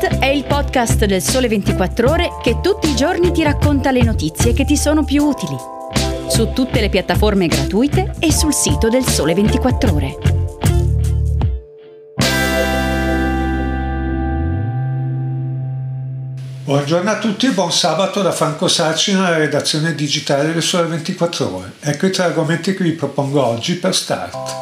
Start è il podcast del Sole 24 Ore che tutti i giorni ti racconta le notizie che ti sono più utili. Su tutte le piattaforme gratuite e sul sito del Sole 24 Ore. Buongiorno a tutti e buon sabato da Franco Sarci nella redazione digitale del Sole 24 Ore. Ecco i tre argomenti che vi propongo oggi per Start.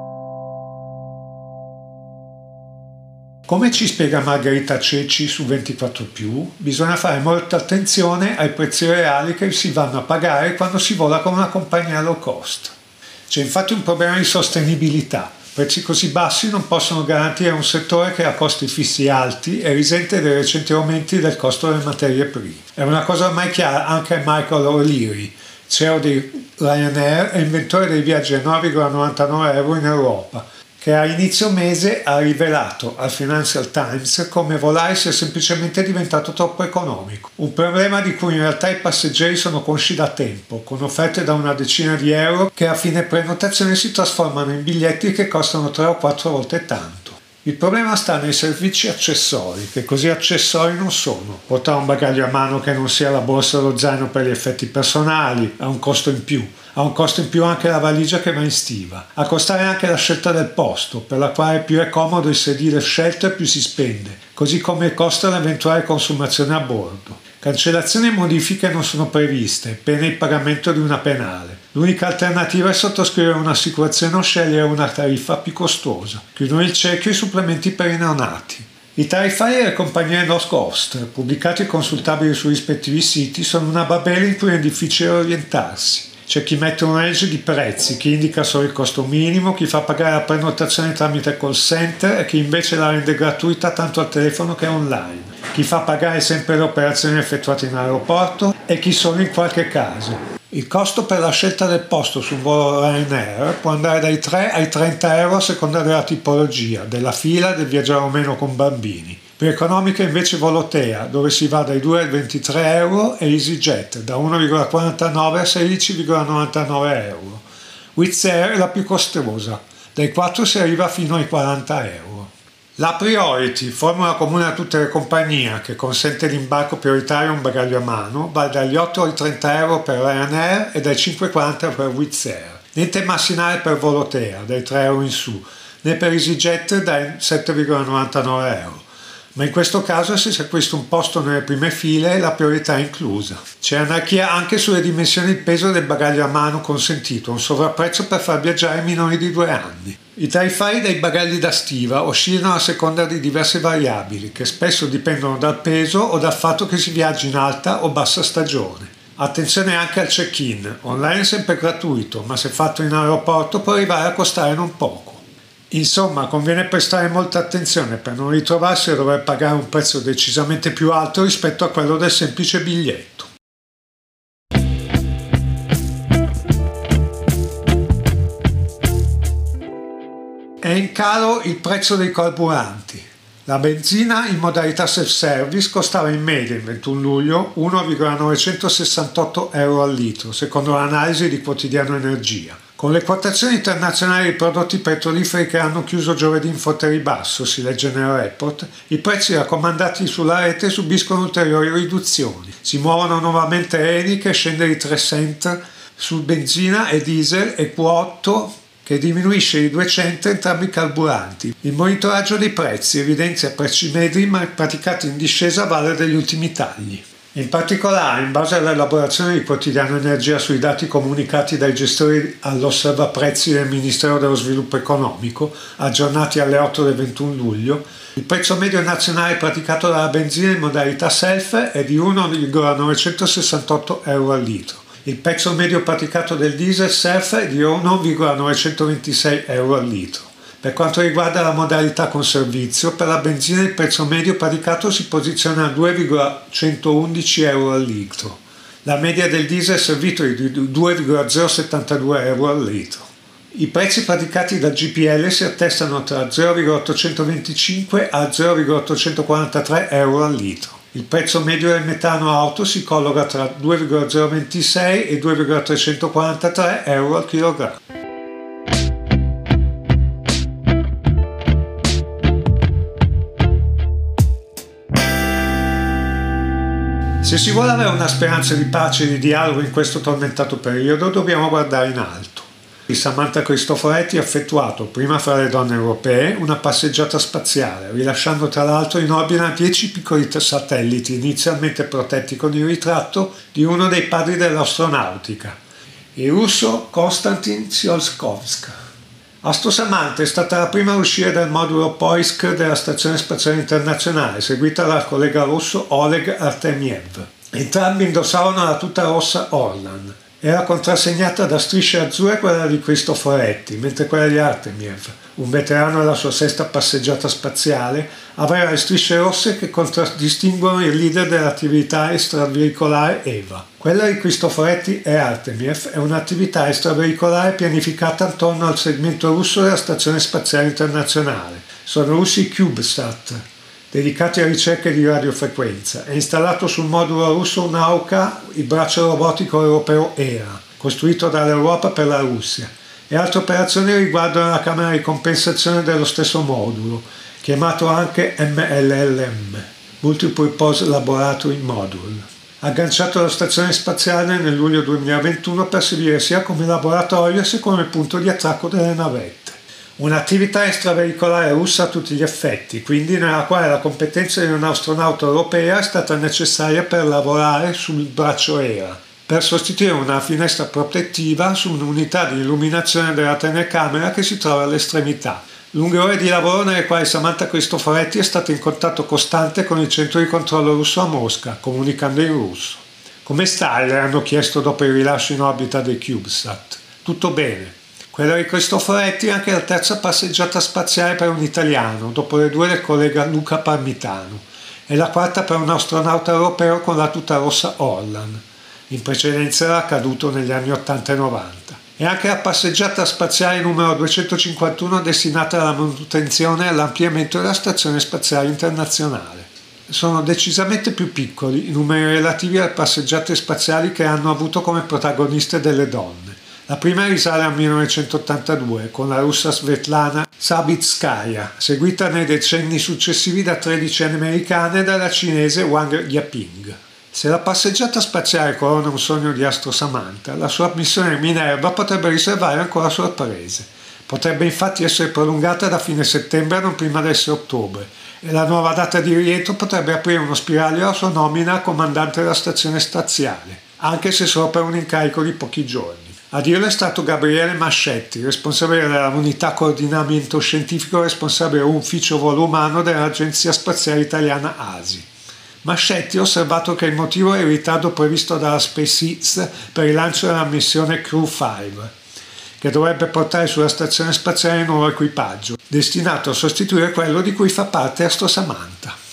Come ci spiega Margherita Ceci su 24+, bisogna fare molta attenzione ai prezzi reali che si vanno a pagare quando si vola con una compagnia low cost. C'è infatti un problema di sostenibilità. Prezzi così bassi non possono garantire un settore che ha costi fissi alti e risente dei recenti aumenti del costo delle materie prime. È una cosa ormai chiara anche a Michael O'Leary, CEO di Ryanair e inventore dei viaggi a 9,99 euro in Europa, che a inizio mese ha rivelato al Financial Times come volare sia semplicemente diventato troppo economico. Un problema di cui in realtà i passeggeri sono consci da tempo, con offerte da una decina di euro che a fine prenotazione si trasformano in biglietti che costano 3 o 4 volte tanto. Il problema sta nei servizi accessori, che così accessori non sono. Portare un bagaglio a mano che non sia la borsa o lo zaino per gli effetti personali ha un costo in più. Ha un costo in più anche la valigia che va in stiva. A costare anche la scelta del posto, per la quale più è comodo il sedile scelto e più si spende, così come costa l'eventuale consumazione a bordo. Cancellazioni e modifiche non sono previste, pena il pagamento di una penale. L'unica alternativa è sottoscrivere un'assicurazione o scegliere una tariffa più costosa. Chiudono il cerchio i supplementi per i neonati. I tariffari delle compagnie low cost, pubblicati e consultabili sui rispettivi siti, sono una babele in cui è difficile orientarsi. C'è chi mette un range di prezzi, chi indica solo il costo minimo, chi fa pagare la prenotazione tramite call center e chi invece la rende gratuita tanto al telefono che online. Chi fa pagare sempre le operazioni effettuate in aeroporto e chi solo in qualche caso. Il costo per la scelta del posto su un volo Ryanair può andare dai 3 ai 30 euro a seconda della tipologia, della fila, del viaggiare o meno con bambini. Più economica invece Volotea, dove si va dai 2 ai 23 euro, e EasyJet, da 1,49 a 16,99 euro. Wizz Air è la più costosa, dai 4 si arriva fino ai 40 euro. La Priority, formula comune a tutte le compagnie che consente l'imbarco prioritario a un bagaglio a mano, va dagli 8 ai 30 euro per Ryanair e dai 5,40 per Wizz Air. Niente massinale per Volotea, dai 3 euro in su, né per EasyJet dai 7,99 euro. Ma in questo caso se si acquista un posto nelle prime file la priorità è inclusa. C'è anarchia anche sulle dimensioni e il peso del bagaglio a mano consentito, un sovrapprezzo per far viaggiare minori di 2 anni. I tariffari dei bagagli da stiva oscillano a seconda di diverse variabili, che spesso dipendono dal peso o dal fatto che si viaggi in alta o bassa stagione. Attenzione anche al check-in, online è sempre gratuito, ma se fatto in aeroporto può arrivare a costare non poco. Insomma, conviene prestare molta attenzione per non ritrovarsi a dover pagare un prezzo decisamente più alto rispetto a quello del semplice biglietto. È in calo il prezzo dei carburanti. La benzina in modalità self-service costava in media il 21 luglio 1,968 euro al litro, secondo l'analisi di Quotidiano Energia. Con le quotazioni internazionali dei prodotti petroliferi che hanno chiuso giovedì in forte ribasso, si legge nel report, i prezzi raccomandati sulla rete subiscono ulteriori riduzioni. Si muovono nuovamente Eni che scende di 3 cent su benzina e diesel e Q8 che diminuisce di 2 cent entrambi i carburanti. Il monitoraggio dei prezzi evidenzia prezzi medi praticati in discesa a valle degli ultimi tagli. In particolare, in base all'elaborazione di Quotidiano Energia sui dati comunicati dai gestori all'Osservaprezzi del Ministero dello Sviluppo Economico, aggiornati alle 8 del 21 luglio, il prezzo medio nazionale praticato dalla benzina in modalità self è di 1,968 euro al litro. Il prezzo medio praticato del diesel self è di 1,926 euro al litro. Per quanto riguarda la modalità con servizio, per la benzina il prezzo medio praticato si posiziona a 2,111 euro al litro. La media del diesel servito è di 2,072 euro al litro. I prezzi praticati dal GPL si attestano tra 0,825 a 0,843 euro al litro. Il prezzo medio del metano auto si colloca tra 2,026 e 2,343 euro al chilogrammo. Se si vuole avere una speranza di pace e di dialogo in questo tormentato periodo, dobbiamo guardare in alto. Samantha Cristoforetti ha effettuato, prima fra le donne europee, una passeggiata spaziale, rilasciando tra l'altro in orbita 10 piccoli satelliti inizialmente protetti con il ritratto di uno dei padri dell'astronautica, il russo Konstantin Tsiolkovsky. Samantha è stata la prima a uscire dal modulo Poisk della Stazione Spaziale Internazionale, seguita dal collega russo Oleg Artemiev. Entrambi indossavano la tuta rossa Orlan. Era contrassegnata da strisce azzurre quella di Cristoforetti, mentre quella di Artemiev, un veterano della sua sesta passeggiata spaziale, aveva le strisce rosse che contraddistinguono il leader dell'attività extraveicolare EVA. Quella di Cristoforetti e Artemiev è un'attività extraveicolare pianificata attorno al segmento russo della Stazione Spaziale Internazionale. Sono russi CubeSat, dedicati a ricerche di radiofrequenza. È installato sul modulo russo Nauka, il braccio robotico europeo ERA, costruito dall'Europa per la Russia, e altre operazioni riguardano la camera di compensazione dello stesso modulo, chiamato anche MLLM, Multipurpose Laboratory Module, agganciato alla stazione spaziale nel luglio 2021 per servire sia come laboratorio sia come punto di attracco delle navette. Un'attività extraveicolare russa a tutti gli effetti, quindi nella quale la competenza di un astronauta europea è stata necessaria per lavorare sul braccio ERA, per sostituire una finestra protettiva su un'unità di illuminazione della telecamera che si trova all'estremità. Lunghe ore di lavoro nelle quali Samantha Cristoforetti è stata in contatto costante con il centro di controllo russo a Mosca, comunicando in russo. Come sta? Le hanno chiesto dopo il rilascio in orbita dei CubeSat. Tutto bene. Quella di Cristoforetti è anche la terza passeggiata spaziale per un italiano, dopo le due del collega Luca Parmitano, e la quarta per un astronauta europeo con la tuta rossa Orlan. In precedenza era accaduto negli anni 80 e 90. È anche la passeggiata spaziale numero 251 destinata alla manutenzione e all'ampliamento della Stazione Spaziale Internazionale. Sono decisamente più piccoli i numeri relativi alle passeggiate spaziali che hanno avuto come protagoniste delle donne. La prima risale al 1982 con la russa Svetlana Sabitskaya, seguita nei decenni successivi da 13 americane e dalla cinese Wang Yaping. Se la passeggiata spaziale corona un sogno di Samantha, la sua missione Minerva potrebbe riservare ancora sorprese. Potrebbe infatti essere prolungata da fine settembre a non prima del 6 ottobre e la nuova data di rientro potrebbe aprire uno spiraglio alla sua nomina a comandante della stazione spaziale, anche se solo per un incarico di pochi giorni. A dirlo è stato Gabriele Mascetti, responsabile della unità coordinamento scientifico responsabile dell'ufficio volo umano dell'Agenzia Spaziale Italiana ASI. Mascetti ha osservato che il motivo è il ritardo previsto dalla SpaceX per il lancio della missione Crew 5, che dovrebbe portare sulla stazione spaziale un nuovo equipaggio, destinato a sostituire quello di cui fa parte Samantha.